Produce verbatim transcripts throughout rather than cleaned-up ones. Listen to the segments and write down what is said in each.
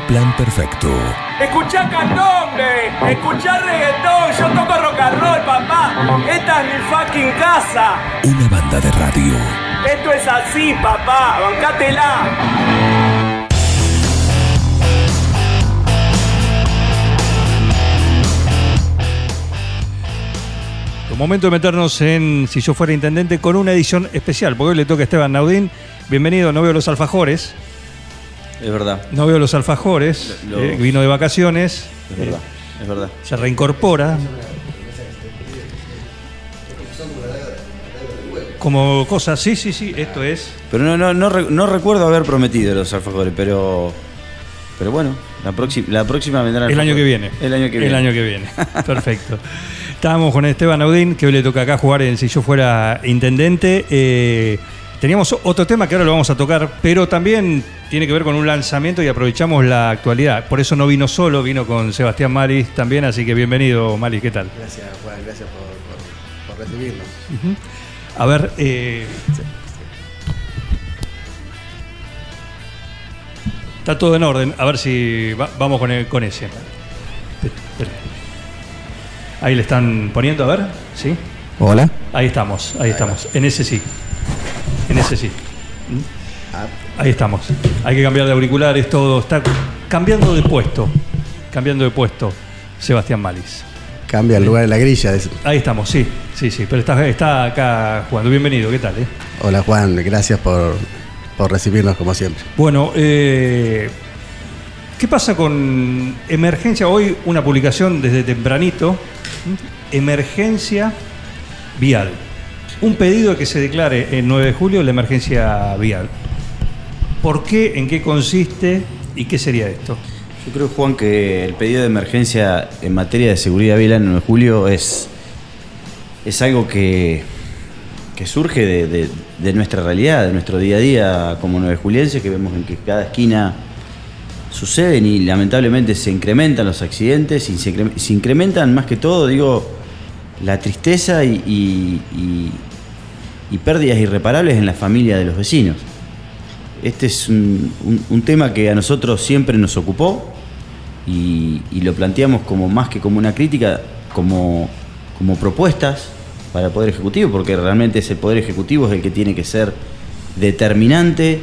plan perfecto. Escuchá candombe, escuchá reggaetón, yo toco rock and roll, papá. Esta es mi fucking casa. Una banda de radio. Esto es así, papá, bancátela. Momento de meternos en Si yo fuera intendente con una edición especial, porque hoy le toca a Esteban Naudín. Bienvenido, no veo los alfajores. Es verdad. No veo los alfajores. Lo, lo... Eh, vino de vacaciones. Es verdad, eh, es verdad. Se reincorpora. Como cosas, sí, sí, sí, esto es. Pero no, no, no, no recuerdo haber prometido los alfajores, pero. Pero bueno, la próxima, la próxima vendrá. El año que viene. El año que viene. El año que viene. Perfecto. Estábamos con Esteban Naudín, que hoy le toca acá jugar en Si yo fuera intendente. Eh, teníamos otro tema que ahora lo vamos a tocar, pero también tiene que ver con un lanzamiento y aprovechamos la actualidad. Por eso no vino solo, vino con Sebastián Malis también, así que bienvenido, Malis, ¿qué tal? Gracias, Juan, gracias por, por, por recibirnos. Uh-huh. A ver, eh, está todo en orden, a ver si va, vamos con, el, con ese. Espera. Ahí le están poniendo, a ver, ¿sí? Hola. Ahí estamos, ahí estamos. En ese sí. En ese sí. Ahí estamos. Hay que cambiar de auriculares, todo. Está cambiando de puesto. Cambiando de puesto, Sebastián Malis. Cambia el lugar de la grilla. De... Ahí estamos, sí, sí, sí. Pero está, está acá jugando. Bienvenido, ¿qué tal? Eh? Hola, Juan. Gracias por, por recibirnos como siempre. Bueno, eh... ¿qué pasa con emergencia? Hoy una publicación desde tempranito, emergencia vial. Un pedido de que se declare el nueve de julio la emergencia vial. ¿Por qué? ¿En qué consiste? ¿Y qué sería esto? Yo creo, Juan, que el pedido de emergencia en materia de seguridad vial en el nueve de julio es, es algo que, que surge de, de, de nuestra realidad, de nuestro día a día como nueve julienses, que vemos en que cada esquina suceden y lamentablemente se incrementan los accidentes y se, incre- se incrementan más que todo, digo, la tristeza y, y, y, y pérdidas irreparables en la familia de los vecinos. Este es un, un, un tema que a nosotros siempre nos ocupó y, y lo planteamos como más que como una crítica, como, como propuestas para el Poder Ejecutivo, porque realmente es el Poder Ejecutivo es el que tiene que ser determinante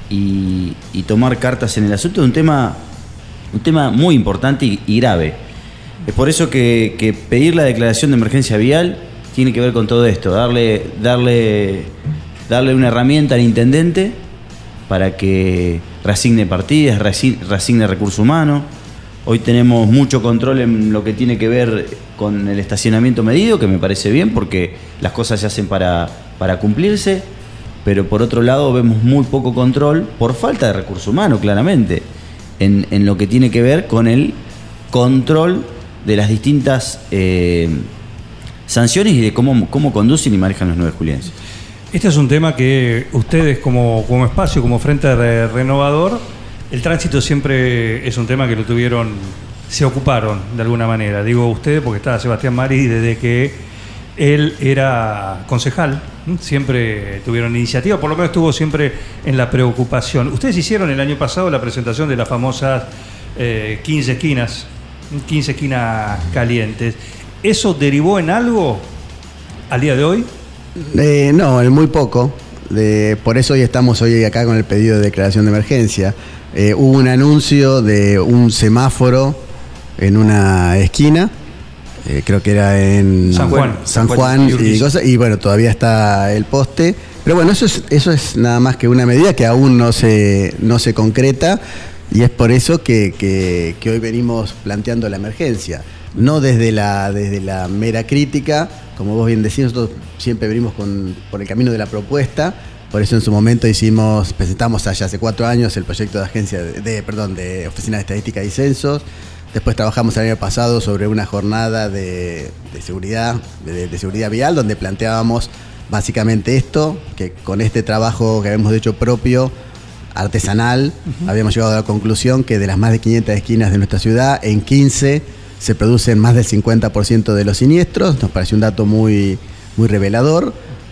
Y, y tomar cartas en el asunto. Es un tema, un tema muy importante y, y grave. Es por eso que, que pedir la declaración de emergencia vial tiene que ver con todo esto, darle, darle, darle una herramienta al intendente para que reasigne partidas, reasigne recursos humanos. Hoy tenemos mucho control en lo que tiene que ver con el estacionamiento medido, que me parece bien porque las cosas se hacen para, para cumplirse. Pero por otro lado vemos muy poco control, por falta de recursos humanos, claramente, en, en lo que tiene que ver con el control de las distintas eh, sanciones y de cómo, cómo conducen y manejan los nueve julienses. Este es un tema que ustedes como, como espacio, como Frente de Renovador, el tránsito siempre es un tema que lo tuvieron, se ocuparon de alguna manera. Digo ustedes porque estaba Sebastián Maris desde que él era concejal, siempre tuvieron iniciativa, por lo menos estuvo siempre en la preocupación. Ustedes hicieron el año pasado la presentación de las famosas eh, quince esquinas, quince esquinas calientes. ¿Eso derivó en algo al día de hoy? Eh, no, en muy poco. De, por eso hoy estamos hoy acá con el pedido de declaración de emergencia. Eh, hubo un anuncio de un semáforo en una esquina. Eh, creo que era en San Juan, San Juan, San Juan y, cosa, y bueno, todavía está el poste. Pero bueno, eso es, eso es nada más que una medida que aún no se, no se concreta y es por eso que, que, que hoy venimos planteando la emergencia. No desde la, desde la mera crítica, como vos bien decís, nosotros siempre venimos con, por el camino de la propuesta. Por eso en su momento hicimos, presentamos allá hace cuatro años el proyecto de agencia de, de perdón, de Oficina de Estadística y Censos. Después trabajamos el año pasado sobre una jornada de, de seguridad, de, de seguridad vial, donde planteábamos básicamente esto, que con este trabajo que habíamos hecho propio, artesanal, uh-huh. habíamos llegado a la conclusión que de las más de quinientas esquinas de nuestra ciudad, en quince se producen más del cincuenta por ciento de los siniestros. Nos pareció un dato muy, muy revelador.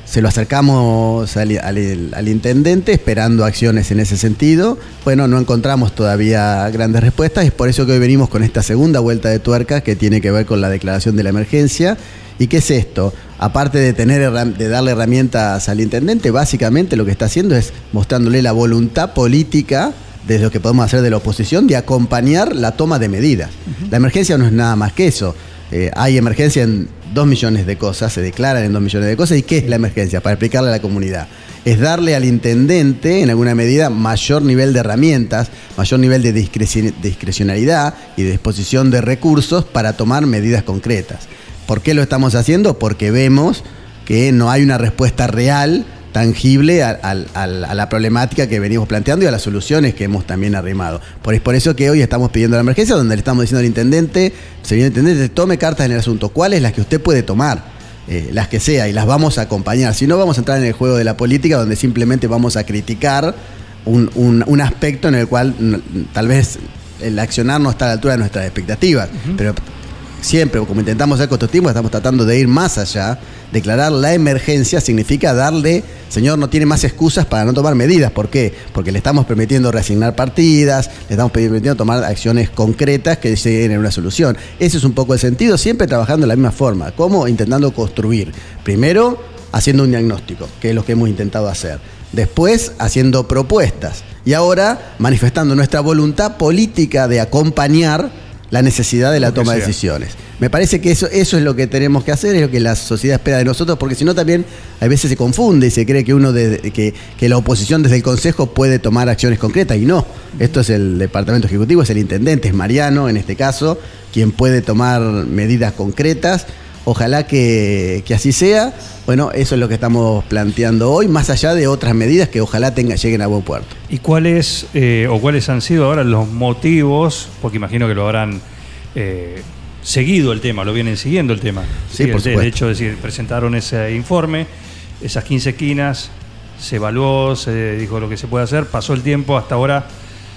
se lo acercamos al, al, al intendente esperando acciones en ese sentido. Bueno, no encontramos todavía grandes respuestas, es por eso que hoy venimos con esta segunda vuelta de tuerca que tiene que ver con la declaración de la emergencia. ¿Y qué es esto? Aparte de, tener, de darle herramientas al intendente, básicamente lo que está haciendo es mostrándole la voluntad política desde lo que podemos hacer de la oposición de acompañar la toma de medidas. Uh-huh. La emergencia no es nada más que eso. Eh, hay emergencia en dos millones de cosas, se declaran en dos millones de cosas. ¿Y qué es la emergencia? Para explicarle a la comunidad. Es darle al intendente, en alguna medida, mayor nivel de herramientas, mayor nivel de discrecionalidad y de disposición de recursos para tomar medidas concretas. ¿Por qué lo estamos haciendo? Porque vemos que no hay una respuesta real, tangible a, a, a la problemática que venimos planteando y a las soluciones que hemos también arrimado. Por, es por eso que hoy estamos pidiendo la emergencia, donde le estamos diciendo al intendente, señor intendente, tome cartas en el asunto. ¿Cuáles? Las que usted puede tomar, eh, las que sea, y las vamos a acompañar. Si no, vamos a entrar en el juego de la política, donde simplemente vamos a criticar un, un, un aspecto en el cual tal vez el accionar no está a la altura de nuestras expectativas. Uh-huh. Pero siempre, como intentamos hacer con estos tiempos, estamos tratando de ir más allá. Declarar la emergencia significa darle, señor, no tiene más excusas para no tomar medidas. ¿Por qué? Porque le estamos permitiendo reasignar partidas, le estamos permitiendo tomar acciones concretas que lleguen a una solución. Ese es un poco el sentido, siempre trabajando de la misma forma. ¿Cómo? Intentando construir. Primero, haciendo un diagnóstico, que es lo que hemos intentado hacer. Después, haciendo propuestas. Y ahora, manifestando nuestra voluntad política de acompañar la necesidad de la toma de decisiones. Me parece que eso, eso es lo que tenemos que hacer, es lo que la sociedad espera de nosotros, porque si no también a veces se confunde y se cree que uno de, que, que la oposición desde el Consejo puede tomar acciones concretas, y no. Esto es el Departamento Ejecutivo, es el intendente, es Mariano en este caso, quien puede tomar medidas concretas. Ojalá que, que así sea. Bueno, eso es lo que estamos planteando hoy, más allá de otras medidas que ojalá tenga, lleguen a buen puerto. ¿Y cuáles eh, o cuáles han sido ahora los motivos? Porque imagino que lo habrán eh, seguido el tema, lo vienen siguiendo el tema. Sí, sí, por supuesto. De hecho, es decir, presentaron ese informe, esas quince esquinas, se evaluó, se dijo lo que se puede hacer, pasó el tiempo, hasta ahora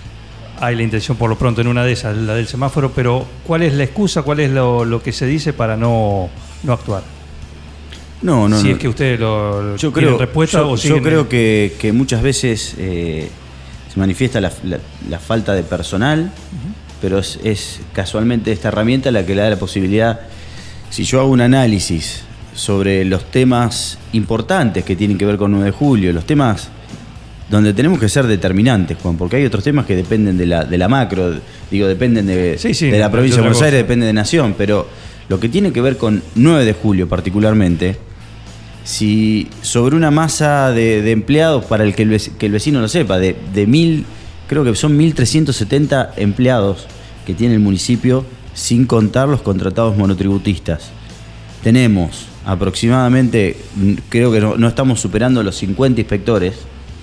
hay la intención por lo pronto en una de esas, la del semáforo, pero ¿cuál es la excusa, cuál es lo, lo que se dice para no, no actuar? No, no, si no. es que ustedes lo yo creo, respuesta yo, o siguen yo creo que, que muchas veces eh, se manifiesta la, la, la falta de personal, uh-huh. pero es, es casualmente esta herramienta la que le da la posibilidad. Si yo hago un análisis sobre los temas importantes que tienen que ver con nueve de julio, los temas donde tenemos que ser determinantes, Juan, porque hay otros temas que dependen de la, de la macro, digo, dependen de, sí, sí, de la provincia de Buenos cosa. Aires, depende de Nación, pero lo que tiene que ver con nueve de julio particularmente, si sobre una masa de, de empleados, para el que, el que el vecino lo sepa, de, de mil, creo que son mil trescientos setenta empleados que tiene el municipio, sin contar los contratados monotributistas. Tenemos aproximadamente, creo que no, no estamos superando los cincuenta inspectores.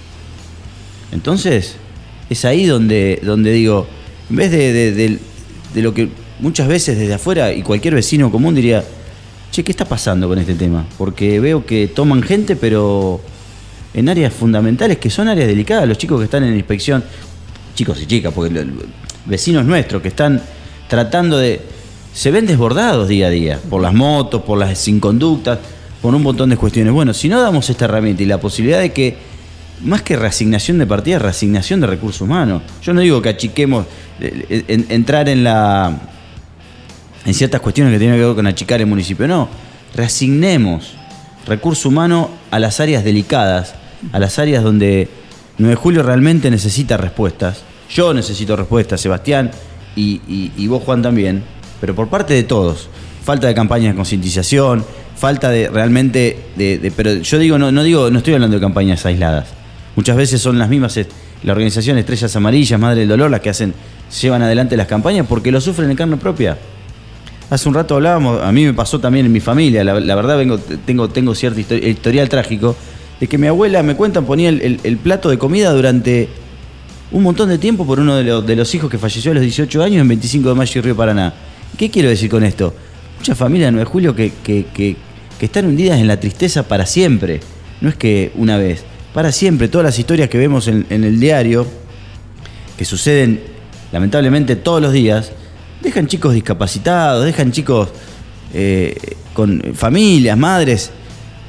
Entonces, es ahí donde, donde digo, en vez de, de, de, de lo que muchas veces desde afuera y cualquier vecino común diría, che, ¿qué está pasando con este tema? Porque veo que toman gente, pero en áreas fundamentales, que son áreas delicadas. Los chicos que están en la inspección, chicos y chicas, porque los vecinos nuestros que están tratando de... se ven desbordados día a día, por las motos, por las inconductas, por un montón de cuestiones. Bueno, si no damos esta herramienta y la posibilidad de que, más que reasignación de partidas, reasignación de recursos humanos. Yo no digo que achiquemos, eh, en, entrar en la en ciertas cuestiones que tienen que ver con achicar el municipio, no. Reasignemos recurso humano a las áreas delicadas, a las áreas donde nueve de julio realmente necesita respuestas. Yo necesito respuestas, Sebastián, y, y, y vos, Juan, también, pero por parte de todos. Falta de campañas de concientización, falta de realmente de, de pero yo digo no no digo no estoy hablando de campañas aisladas. Muchas veces son las mismas, la organización Estrellas Amarillas, Madre del Dolor, las que hacen, llevan adelante las campañas porque lo sufren en carne propia. Hace un rato hablábamos, a mí me pasó también en mi familia, la, la verdad vengo, tengo, tengo cierto historial trágico, de que mi abuela, me cuentan, ponía el, el, el plato de comida durante un montón de tiempo por uno de, lo, de los hijos que falleció a los dieciocho años en veinticinco de mayo y Río Paraná. ¿Qué quiero decir con esto? Muchas familias de nueve de julio que, que, que, que están hundidas en la tristeza para siempre, no es que una vez. Para siempre, todas las historias que vemos en, en el diario, que suceden lamentablemente todos los días, dejan chicos discapacitados, dejan chicos eh, con familias, madres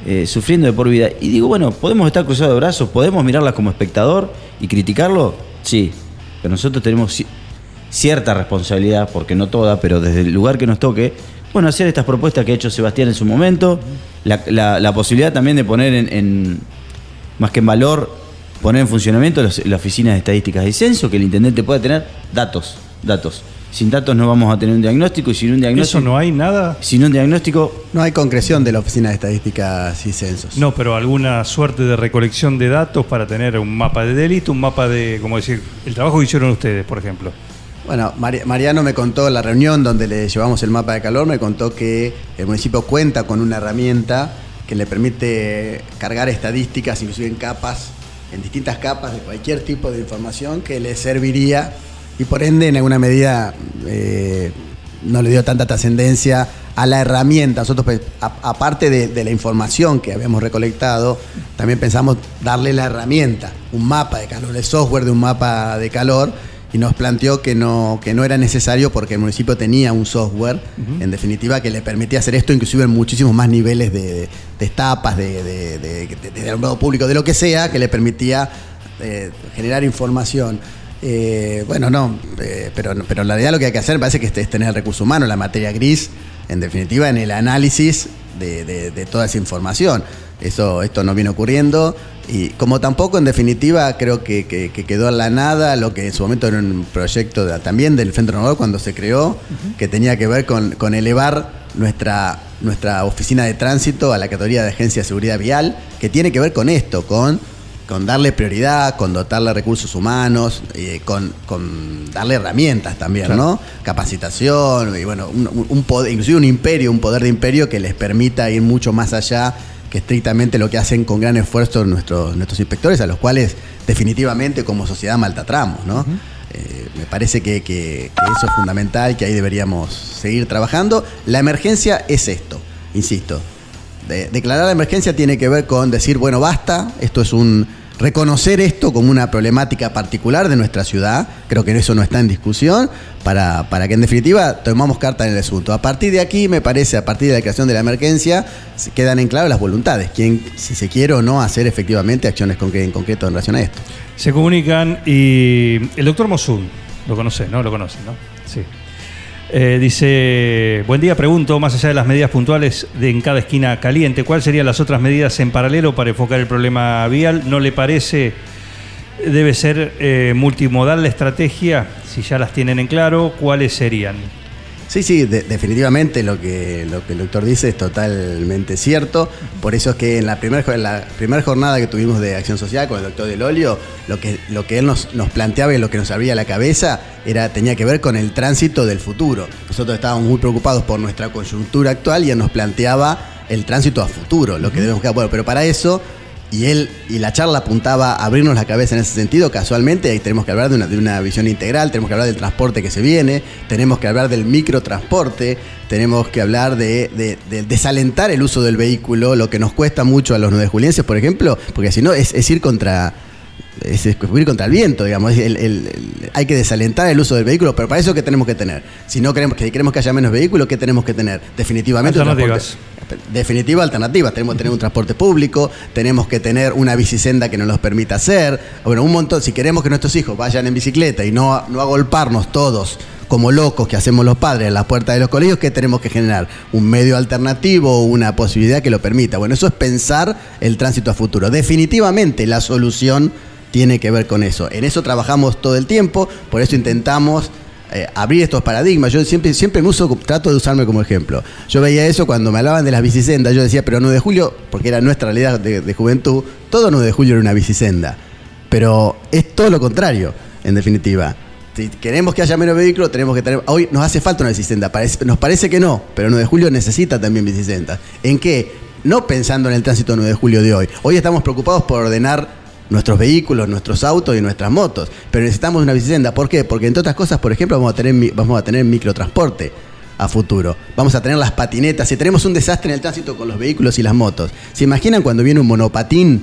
eh, sufriendo de por vida. Y digo, bueno, ¿podemos estar cruzados de brazos? ¿Podemos mirarlas como espectador y criticarlo? Sí, pero nosotros tenemos cierta responsabilidad, porque no toda, pero desde el lugar que nos toque, bueno, hacer estas propuestas que ha hecho Sebastián en su momento, la, la, la posibilidad también de poner en, en, más que en valor, poner en funcionamiento las, las oficinas de estadísticas y censo, que el intendente pueda tener datos, datos. Sin datos no vamos a tener un diagnóstico, y sin un diagnóstico... ¿Eso no hay nada? Sin un diagnóstico... No hay concreción de la Oficina de Estadísticas y Censos. No, pero alguna suerte de recolección de datos para tener un mapa de delito, un mapa de, como decir, el trabajo que hicieron ustedes, por ejemplo. Bueno, Mari- Mariano me contó en la reunión donde le llevamos el mapa de calor, me contó que el municipio cuenta con una herramienta que le permite cargar estadísticas, inclusive en capas, en distintas capas de cualquier tipo de información que le serviría, y por ende en alguna medida eh, no le dio tanta trascendencia a la herramienta. Nosotros, pues, a- aparte de, de la información que habíamos recolectado, también pensamos darle la herramienta, un mapa de calor, el software de un mapa de calor, y nos planteó que no, que no era necesario porque el municipio tenía un software, uh-huh. en definitiva, que le permitía hacer esto, inclusive en muchísimos más niveles de, de, de etapas, de, de, de, de, de alumbrado público, de lo que sea, que le permitía eh, generar información. Eh, bueno, no, eh, pero, pero en realidad lo que hay que hacer, me parece que es tener el recurso humano, la materia gris, en definitiva, en el análisis de, de, de toda esa información. Eso, esto no viene ocurriendo, y como tampoco, en definitiva, creo que, que, que quedó en la nada lo que en su momento era un proyecto de, también del Frente Renovador cuando se creó, uh-huh. que tenía que ver con, con elevar nuestra, nuestra oficina de tránsito a la categoría de Agencia de Seguridad Vial, que tiene que ver con esto, con, con darle prioridad, con dotarle recursos humanos, eh, con, con darle herramientas también, claro. ¿no? Capacitación, y bueno, un, un poder, inclusive un imperio, un poder de imperio que les permita ir mucho más allá que estrictamente lo que hacen con gran esfuerzo nuestros, nuestros inspectores, a los cuales definitivamente como sociedad maltratamos, ¿no? Uh-huh. eh, me parece que, que, que eso es fundamental, que ahí deberíamos seguir trabajando. La emergencia es esto, insisto. De, declarar la emergencia tiene que ver con decir, bueno, basta, esto es un... reconocer esto como una problemática particular de nuestra ciudad, creo que eso no está en discusión, para, para que en definitiva tomamos carta en el asunto. A partir de aquí, me parece, a partir de la creación de la emergencia, se quedan en claro las voluntades, quién, si se quiere o no hacer efectivamente acciones concre- en concreto en relación a esto. Se comunican y el doctor Mosun, lo conoce, ¿no? Lo conoce, ¿no? Sí. Eh, dice, buen día, pregunto, más allá de las medidas puntuales de en cada esquina caliente, ¿cuáles serían las otras medidas en paralelo para enfocar el problema vial? ¿No le parece debe ser eh, multimodal la estrategia? Si ya las tienen en claro, ¿cuáles serían? Sí, sí, de, definitivamente lo que, lo que el doctor dice es totalmente cierto. Por eso es que en la primera en la primera jornada que tuvimos de Acción Social con el doctor Del Olio, lo que, lo que él nos, nos planteaba y lo que nos abría la cabeza era, tenía que ver con el tránsito del futuro. Nosotros estábamos muy preocupados por nuestra coyuntura actual y él nos planteaba el tránsito a futuro, lo que debemos buscar. Bueno, pero para eso... Y él y la charla apuntaba a abrirnos la cabeza en ese sentido. Casualmente ahí tenemos que hablar de una, de una visión integral, tenemos que hablar del transporte que se viene, tenemos que hablar del microtransporte, tenemos que hablar de, de, de desalentar el uso del vehículo, lo que nos cuesta mucho a los nuevejulienses, por ejemplo, porque si no es, es ir contra... es ir contra el viento, digamos. El, el, el, hay que desalentar el uso del vehículo, pero para eso, ¿qué tenemos que tener? Si no queremos que, queremos que haya menos vehículos, ¿qué tenemos que tener? Definitivamente alternativas. Definitiva alternativa. Tenemos que tener un transporte público, tenemos que tener una bicisenda que nos los permita hacer. Bueno, un montón. Si queremos que nuestros hijos vayan en bicicleta y no, no agolparnos todos como locos que hacemos los padres en las puertas de los colegios, ¿qué tenemos que generar? Un medio alternativo, una posibilidad que lo permita. Bueno, eso es pensar el tránsito a futuro. Definitivamente la solución tiene que ver con eso. En eso trabajamos todo el tiempo, por eso intentamos eh, abrir estos paradigmas. Yo siempre, siempre me uso, trato de usarme como ejemplo. Yo veía eso cuando me hablaban de las bicisendas, yo decía, pero nueve de julio, porque era nuestra realidad de, de juventud, todo nueve de julio era una bicisenda. Pero es todo lo contrario, en definitiva. Si queremos que haya menos vehículos, tenemos que tener... Hoy nos hace falta una bicisenda, parece, nos parece que no, pero nueve de julio necesita también bicisendas. ¿En qué? No pensando en el tránsito nueve de julio de hoy. Hoy estamos preocupados por ordenar nuestros vehículos, nuestros autos y nuestras motos, pero necesitamos una bicicenda. ¿Por qué? Porque entre otras cosas, por ejemplo, vamos a tener, vamos a tener microtransporte a futuro, vamos a tener las patinetas. Si tenemos un desastre en el tránsito con los vehículos y las motos, ¿se imaginan cuando viene un monopatín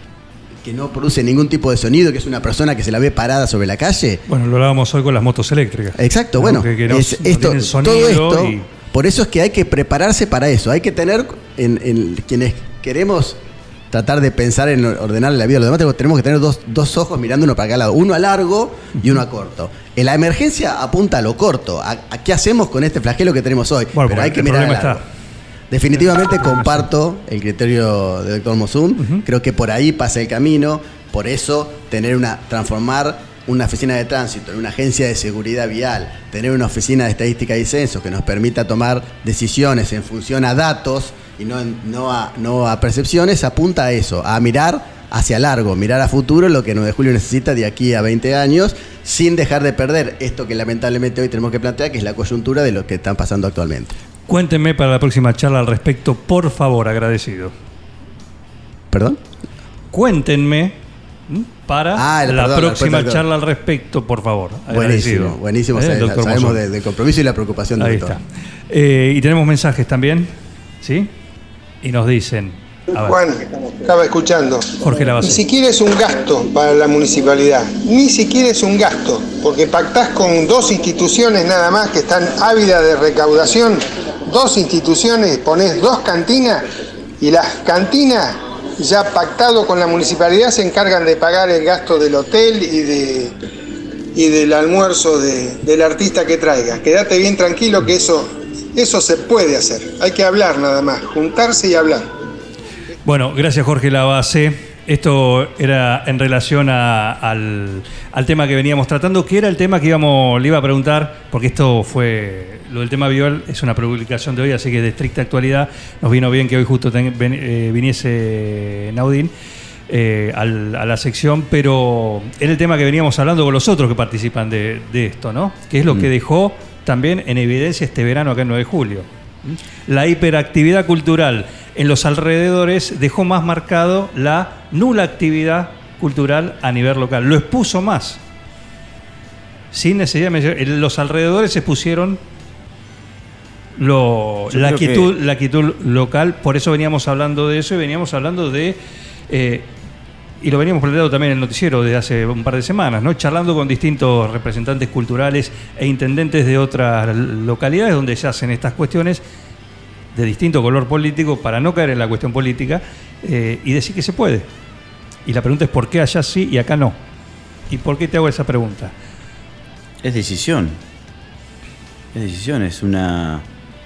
que no produce ningún tipo de sonido, que es una persona que se la ve parada sobre la calle? Bueno, lo hablábamos hoy con las motos eléctricas. Exacto, bueno, que, que no, es, no esto, sonido todo esto, y... por eso es que hay que prepararse para eso, hay que tener en, en quienes queremos tratar de pensar en ordenar la vida a los demás, tenemos que tener dos, dos ojos mirando uno para cada lado, uno a largo y uno a corto. En la emergencia apunta a lo corto, a, a qué hacemos con este flagelo que tenemos hoy, bueno, pero hay que mirar a largo. Está. Definitivamente comparto el criterio del doctor Mosun, uh-huh. Creo que por ahí pasa el camino, por eso tener una, transformar una oficina de tránsito en una agencia de seguridad vial, tener una oficina de estadística y censos que nos permita tomar decisiones en función a datos y no, no, a, no a percepciones, apunta a eso, a mirar hacia largo, mirar a futuro lo que nueve de julio necesita de aquí a veinte años, sin dejar de perder esto que lamentablemente hoy tenemos que plantear, que es la coyuntura de lo que están pasando actualmente. Cuéntenme para la próxima charla al respecto, por favor, agradecido. ¿Perdón? Cuéntenme para ah, la perdón, próxima la charla al respecto, por favor. Agradecido. Buenísimo, buenísimo. ¿Eh? Sabemos, sabemos del de compromiso y la preocupación del Ahí doctor. Está. Eh, y tenemos mensajes también, ¿sí? Y nos dicen... Juan, estaba escuchando. Jorge Lavacé. Ni siquiera es un gasto para la municipalidad, ni siquiera es un gasto, porque pactás con dos instituciones nada más que están ávidas de recaudación, dos instituciones, ponés dos cantinas y las cantinas ya pactado con la municipalidad se encargan de pagar el gasto del hotel y de y del almuerzo de, del artista que traiga. Quédate bien tranquilo que eso, eso se puede hacer, hay que hablar nada más, juntarse y hablar. Bueno, gracias Jorge Lavacé. Esto era en relación a, al, al tema que veníamos tratando, que era el tema que íbamos, le iba a preguntar, porque esto fue, lo del tema vial es una publicación de hoy, así que de estricta actualidad. Nos vino bien que hoy justo ten, ven, eh, viniese Naudín eh, al, a la sección, pero era el tema que veníamos hablando con los otros que participan de, de esto, ¿no? Que es lo mm. que dejó también en evidencia este verano acá en nueve de julio. La hiperactividad cultural en los alrededores dejó más marcado la nula actividad cultural a nivel local. Lo expuso más. Sin necesidad de... En los alrededores se expusieron lo, la, quietud, que... la quietud local. Por eso veníamos hablando de eso y veníamos hablando de... Eh, y lo veníamos planteando también en el noticiero desde hace un par de semanas, ¿no? Charlando con distintos representantes culturales e intendentes de otras localidades donde se hacen estas cuestiones de distinto color político para no caer en la cuestión política eh, y decir que se puede. Y la pregunta es ¿por qué allá sí y acá no? ¿Y por qué te hago esa pregunta? Es decisión. Es decisión, es una...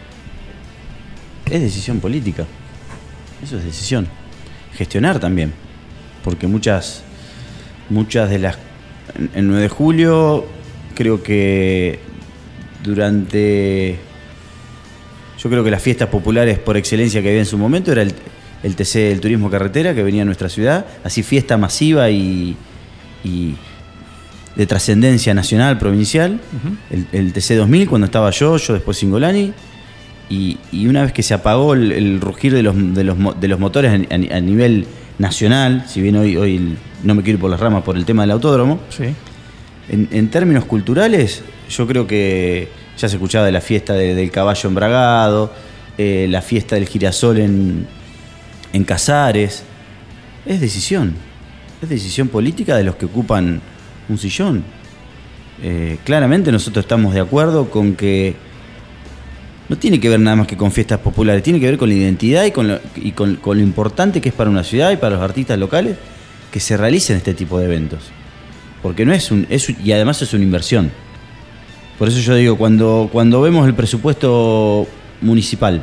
Es decisión política. Eso es decisión. Gestionar también. Porque muchas muchas de las en, en nueve de julio creo que durante yo creo que las fiestas populares por excelencia que había en su momento era el, el T C, el turismo carretera que venía a nuestra ciudad, así fiesta masiva y, y de trascendencia nacional, provincial, uh-huh. el, el T C dos mil cuando estaba yo, yo después Singolani y, y una vez que se apagó el, el rugir de los, de los, de los motores a, a, a nivel nacional, si bien hoy, hoy no me quiero ir por las ramas por el tema del autódromo, sí. en, en términos culturales, yo creo que ya se escuchaba de la fiesta de, del caballo embragado, eh, la fiesta del girasol en, en Casares. Es decisión, es decisión política de los que ocupan un sillón. Eh, claramente nosotros estamos de acuerdo con que no tiene que ver nada más que con fiestas populares, tiene que ver con la identidad y con lo, y con, con lo importante que es para una ciudad y para los artistas locales que se realicen este tipo de eventos. Porque no es un, es, y además es una inversión. Por eso yo digo, cuando, cuando vemos el presupuesto municipal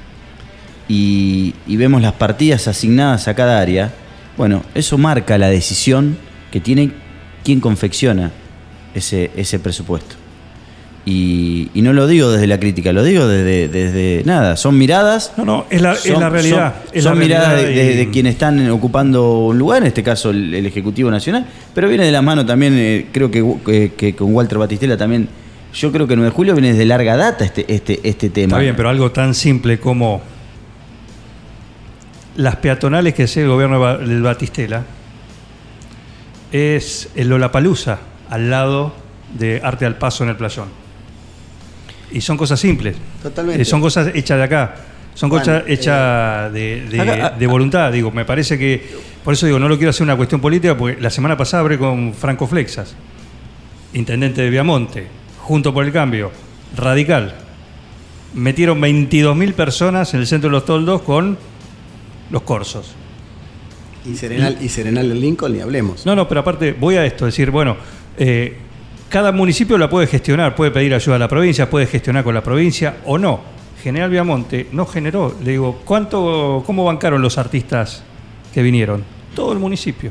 y, y vemos las partidas asignadas a cada área, bueno, eso marca la decisión que tiene quien confecciona ese, ese presupuesto. Y, y no lo digo desde la crítica, lo digo desde, desde nada, son miradas. No, no, es la, son, es la realidad. Son, es son la miradas realidad de, de, y... de quienes están ocupando un lugar, en este caso el, el Ejecutivo Nacional, pero viene de la mano también, eh, creo que, que, que con Walter Batistela también, yo creo que nueve de julio viene desde larga data este, este, este tema. Está bien, pero algo tan simple como las peatonales que hace el gobierno del Batistela es el Lollapalooza al lado de Arte al Paso en el Playón. Y son cosas simples. Totalmente. Eh, son cosas hechas de acá. Son bueno, cosas hechas eh, de, de, acá, de voluntad. Digo, me parece que... Por eso digo, no lo quiero hacer una cuestión política, porque la semana pasada hablé con Franco Flexas, intendente de Viamonte, Junto por el Cambio, radical. Metieron veintidós mil personas en el centro de los Toldos con los corsos. Y Serenal, y Serenal en Lincoln, ni hablemos. No, no, pero aparte voy a esto, decir, bueno, eh, cada municipio la puede gestionar, puede pedir ayuda a la provincia, puede gestionar con la provincia o no. General Viamonte no generó, le digo, ¿cuánto, cómo bancaron los artistas que vinieron? Todo el municipio.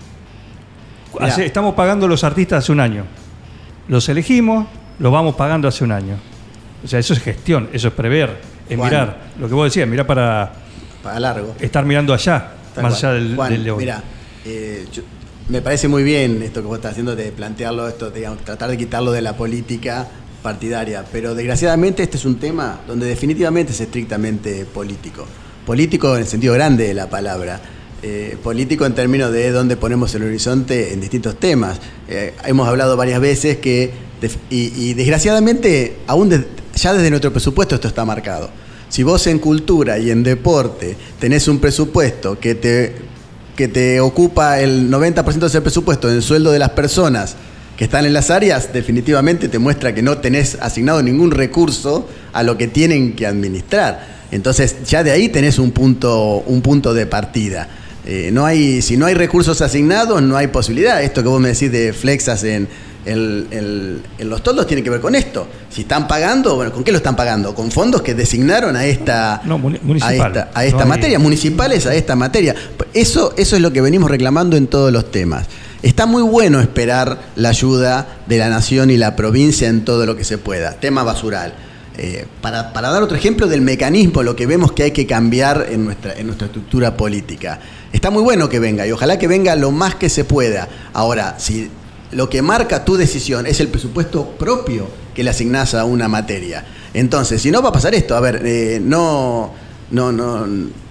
Hace, estamos pagando los artistas hace un año. Los elegimos, los vamos pagando hace un año. O sea, eso es gestión, eso es prever, es Juan, mirar. Lo que vos decías, mirar para, para largo. Estar mirando allá, Tal más cual. allá del, Juan, del león. Mira, eh, yo, me parece muy bien esto que vos estás haciendo de plantearlo, esto, digamos, tratar de quitarlo de la política partidaria, pero desgraciadamente este es un tema donde definitivamente es estrictamente político. Político en el sentido grande de la palabra. Eh, político en términos de dónde ponemos el horizonte en distintos temas. Eh, hemos hablado varias veces que, y, y desgraciadamente, aún de, ya desde nuestro presupuesto esto está marcado. Si vos en cultura y en deporte tenés un presupuesto que te, que te ocupa el noventa por ciento de ese presupuesto en el sueldo de las personas que están en las áreas, definitivamente te muestra que no tenés asignado ningún recurso a lo que tienen que administrar. Entonces ya de ahí tenés un punto, un punto de partida. Eh, no hay, si no hay recursos asignados, no hay posibilidad. Esto que vos me decís de flexas en, el, el, en los toldos tiene que ver con esto. Si están pagando, bueno, ¿con qué lo están pagando? Con fondos que designaron a esta, no, municipal. a esta, a esta no materia, hay... municipales a esta materia. Eso, eso es lo que venimos reclamando en todos los temas. Está muy bueno esperar la ayuda de la nación y la provincia en todo lo que se pueda. Tema basural. Eh, para, para dar otro ejemplo del mecanismo, lo que vemos que hay que cambiar en nuestra, en nuestra estructura política. Está muy bueno que venga y ojalá que venga lo más que se pueda. Ahora, si lo que marca tu decisión es el presupuesto propio que le asignás a una materia, entonces, si no va a pasar esto, a ver, eh, no, no, no,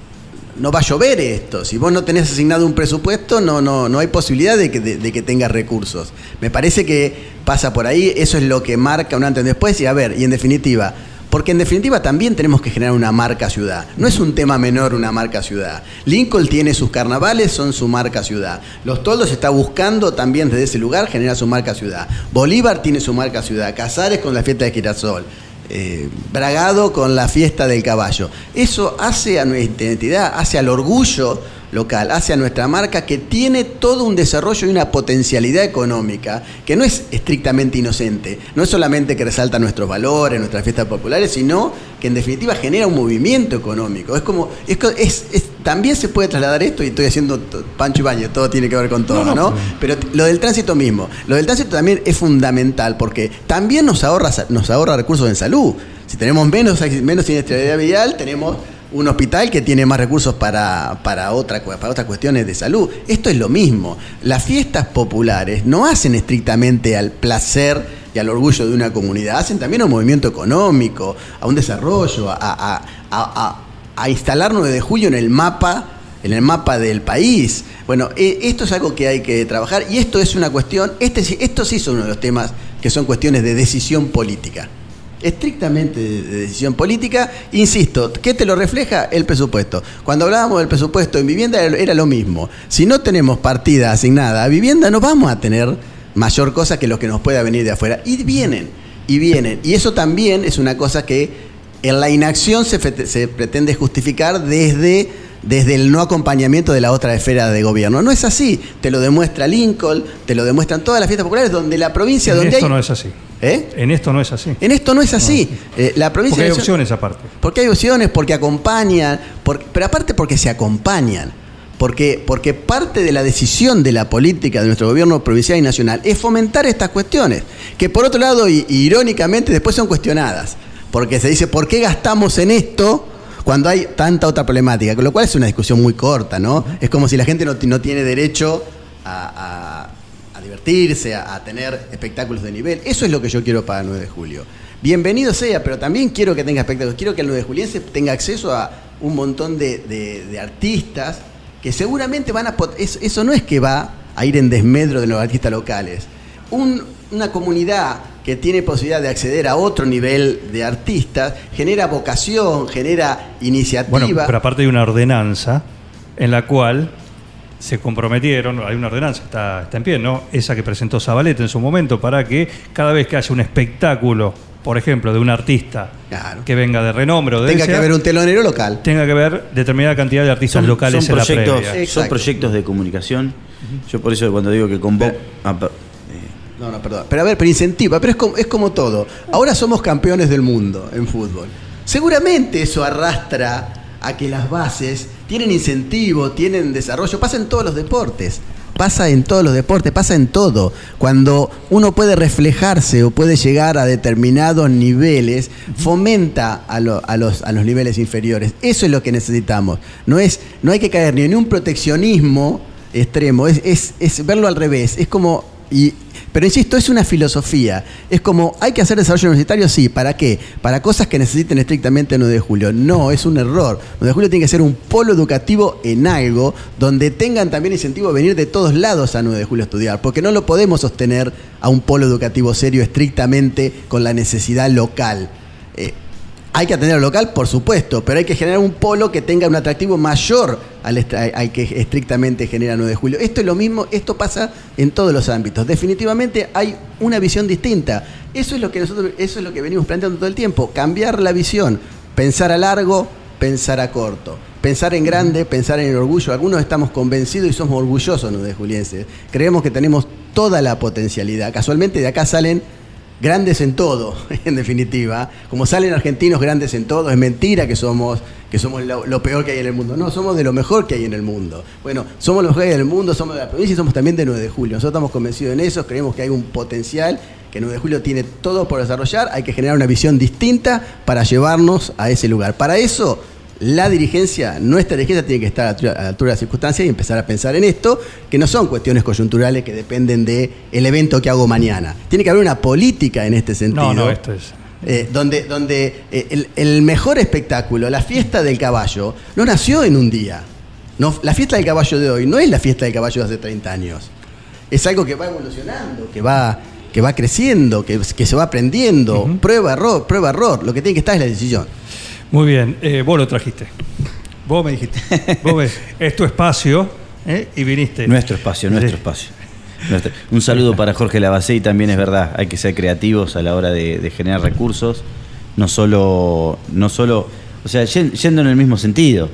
no va a llover esto. Si vos no tenés asignado un presupuesto, no, no, no hay posibilidad de que, de, de que tengas recursos. Me parece que pasa por ahí, eso es lo que marca un antes y un después, y a ver, y en definitiva, porque en definitiva también tenemos que generar una marca ciudad. No es un tema menor una marca ciudad. Lincoln tiene sus carnavales, son su marca ciudad. Los Toldos está buscando también desde ese lugar generar su marca ciudad. Bolívar tiene su marca ciudad. Casares con la fiesta de Girasol. Eh, Bragado con la fiesta del caballo. Eso hace a nuestra identidad, hace al orgullo local, hace a nuestra marca que tiene todo un desarrollo y una potencialidad económica que no es estrictamente inocente, no es solamente que resalta nuestros valores, nuestras fiestas populares, sino que en definitiva genera un movimiento económico. Es como, es, es, es también se puede trasladar esto, y estoy haciendo Pancho Ibáñez, todo tiene que ver con todo, ¿no? ¿no? Pero lo del tránsito mismo, lo del tránsito también es fundamental porque también nos ahorra, nos ahorra recursos en salud. Si tenemos menos, menos siniestralidad vial, tenemos un hospital que tiene más recursos para, para, otra, para otras cuestiones de salud. Esto es lo mismo. Las fiestas populares no hacen estrictamente al placer y al orgullo de una comunidad, hacen también a un movimiento económico, a un desarrollo, a, a, a, a, a instalar nueve de julio en el mapa, en el mapa del país. Bueno, esto es algo que hay que trabajar y esto es una cuestión, este, esto sí son uno de los temas que son cuestiones de decisión política. Estrictamente de decisión política, insisto, ¿qué te lo refleja? El presupuesto. Cuando hablábamos del presupuesto en vivienda era lo mismo. Si no tenemos partida asignada a vivienda, no vamos a tener mayor cosa que lo que nos pueda venir de afuera. Y vienen, y vienen. Y eso también es una cosa que en la inacción se, se pretende justificar desde, desde el no acompañamiento de la otra esfera de gobierno. No es así. Te lo demuestra Lincoln, te lo demuestran todas las fiestas populares donde la provincia... En donde esto hay... no es así. ¿Eh? En esto no es así. En esto no es así. No. Eh, la provincia porque hay opciones aparte. Porque hay opciones, porque acompañan, porque, pero aparte porque se acompañan. Porque, porque parte de la decisión de la política de nuestro gobierno provincial y nacional es fomentar estas cuestiones, que por otro lado, y, y irónicamente, después son cuestionadas. Porque se dice, ¿por qué gastamos en esto cuando hay tanta otra problemática? Con lo cual es una discusión muy corta, ¿no? Es como si la gente no, no tiene derecho a... a a divertirse, a, a tener espectáculos de nivel. Eso es lo que yo quiero para el nueve de julio. Bienvenido sea, pero también quiero que tenga espectáculos. Quiero que el nueve de juliense tenga acceso a un montón de, de, de artistas que seguramente van a... Eso, eso no es que va a ir en desmedro de los artistas locales. Un, una comunidad que tiene posibilidad de acceder a otro nivel de artistas genera vocación, genera iniciativa. Bueno, pero aparte hay una ordenanza en la cual... se comprometieron, hay una ordenanza, está, está en pie, ¿no? Esa que presentó Zabaleta en su momento, para que cada vez que haya un espectáculo por ejemplo, de un artista Claro. que venga de renombre o de Tenga que sea, haber un telonero local. tenga que haber determinada cantidad de artistas Son, locales son en la proyectos, previa. son Exacto. proyectos de comunicación. Yo por eso cuando digo que convoco... ah, per- No, no, perdón. Pero a ver, pero incentiva, pero es como, es como todo. Ahora somos campeones del mundo en fútbol. Seguramente eso arrastra a que las bases tienen incentivo, tienen desarrollo. Pasa en todos los deportes. Pasa en todos los deportes, pasa en todo. Cuando uno puede reflejarse o puede llegar a determinados niveles, fomenta a, lo- a los, a los niveles inferiores. Eso es lo que necesitamos. No, es, no hay que caer ni en un proteccionismo extremo, es, es, es verlo al revés. Es como... Y, pero insisto, es una filosofía. Es como, ¿hay que hacer desarrollo universitario? Sí. ¿Para qué? Para cosas que necesiten estrictamente nueve de julio. No, es un error. nueve de julio tiene que ser un polo educativo en algo donde tengan también incentivo a venir de todos lados a nueve de julio a estudiar. Porque no lo podemos sostener a un polo educativo serio estrictamente con la necesidad local. Eh, Hay que atender al local, por supuesto, pero hay que generar un polo que tenga un atractivo mayor al, estra- al que estrictamente genera nueve de julio. Esto es lo mismo, esto pasa en todos los ámbitos. Definitivamente hay una visión distinta. Eso es lo que nosotros, eso es lo que venimos planteando todo el tiempo, cambiar la visión, pensar a largo, pensar a corto, pensar en grande, pensar en el orgullo. Algunos estamos convencidos y somos orgullosos nueve de julienses. Creemos que tenemos toda la potencialidad. Casualmente de acá salen grandes en todo, en definitiva. Como salen argentinos grandes en todo, es mentira que somos, que somos lo, lo peor que hay en el mundo. No, somos de lo mejor que hay en el mundo. Bueno, somos los mejores del mundo, somos de la provincia y somos también de nueve de julio. Nosotros estamos convencidos en eso, creemos que hay un potencial, que nueve de julio tiene todo por desarrollar. Hay que generar una visión distinta para llevarnos a ese lugar. Para eso, la dirigencia, nuestra dirigencia tiene que estar a la altura- a la altura de las circunstancias y empezar a pensar en esto, que no son cuestiones coyunturales que dependen del evento que hago mañana. Tiene que haber una política en este sentido. No, no, esto es... Eh, donde donde eh, el, el mejor espectáculo, la fiesta del caballo, no nació en un día. No, la fiesta del caballo de hoy no es la fiesta del caballo de hace treinta años. Es algo que va evolucionando, que va, que va creciendo, que, que se va aprendiendo. Uh-huh. Prueba, error, prueba, error. Lo que tiene que estar es la decisión. Muy bien, eh, vos lo trajiste. Vos me dijiste. Vos ves, es tu espacio, ¿eh? Y viniste. Nuestro espacio, nuestro Sí. espacio. Nuestro- Un saludo para Jorge Lavacey, también es verdad, hay que ser creativos a la hora de, de generar recursos, no solo, no solo, o sea, yen- yendo en el mismo sentido,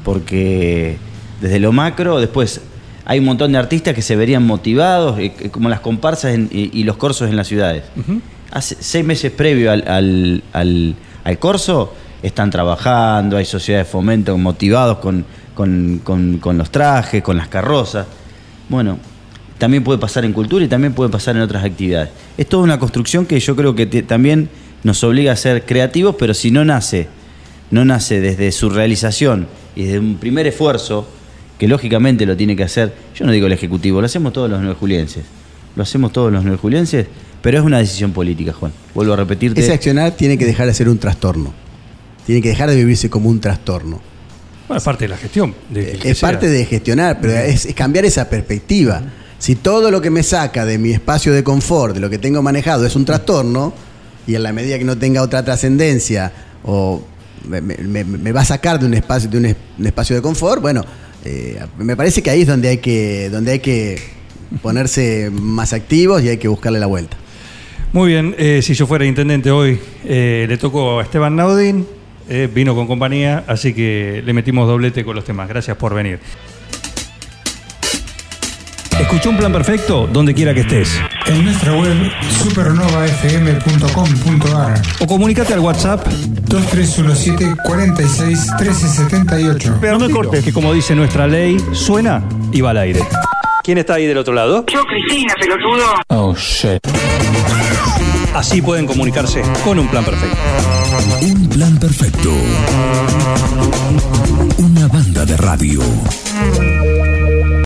porque desde lo macro, después hay un montón de artistas que se verían motivados, eh, eh, como las comparsas en- y, y los corsos en las ciudades. Ujú. Hace seis meses previo al, al, al, al corso, están trabajando, hay sociedades de fomento motivados con, con, con, con los trajes, con las carrozas. Bueno, también puede pasar en cultura y también puede pasar en otras actividades. Es toda una construcción que yo creo que te- también nos obliga a ser creativos, pero si no nace, no nace desde su realización y desde un primer esfuerzo, que lógicamente lo tiene que hacer, yo no digo el Ejecutivo, lo hacemos todos los nuevejulienses, lo hacemos todos los nuevejulienses, pero es una decisión política, Juan. Vuelvo a repetirte. Ese accionar tiene que dejar de ser un trastorno. Tiene que dejar de vivirse como un trastorno. Bueno, es parte de la gestión. de- Es que sea. parte de gestionar, pero es, es cambiar esa perspectiva. Si todo lo que me saca de mi espacio de confort, de lo que tengo manejado, es un trastorno, y en la medida que no tenga otra trascendencia, o me, me- me va a sacar de un espacio, de un, es- un espacio de confort, bueno, eh, me parece que ahí es donde hay que, donde hay que ponerse más activos y hay que buscarle la vuelta. Muy bien, eh, si yo fuera intendente hoy, eh, le tocó a Esteban Naudín, eh, vino con compañía, así que le metimos doblete con los temas. Gracias por venir. Escuchó Un Plan Perfecto donde quiera que estés. En nuestra web supernova f m punto com punto a r O comunícate al WhatsApp. dos tres uno siete, cuatro seis, uno tres siete ocho. Pero no me cortes, que como dice nuestra ley, suena y va al aire. ¿Quién está ahí del otro lado? Yo, Cristina, pelotudo. Oh, shit. Así pueden comunicarse con Un Plan Perfecto. Un plan perfecto. Una banda de radio.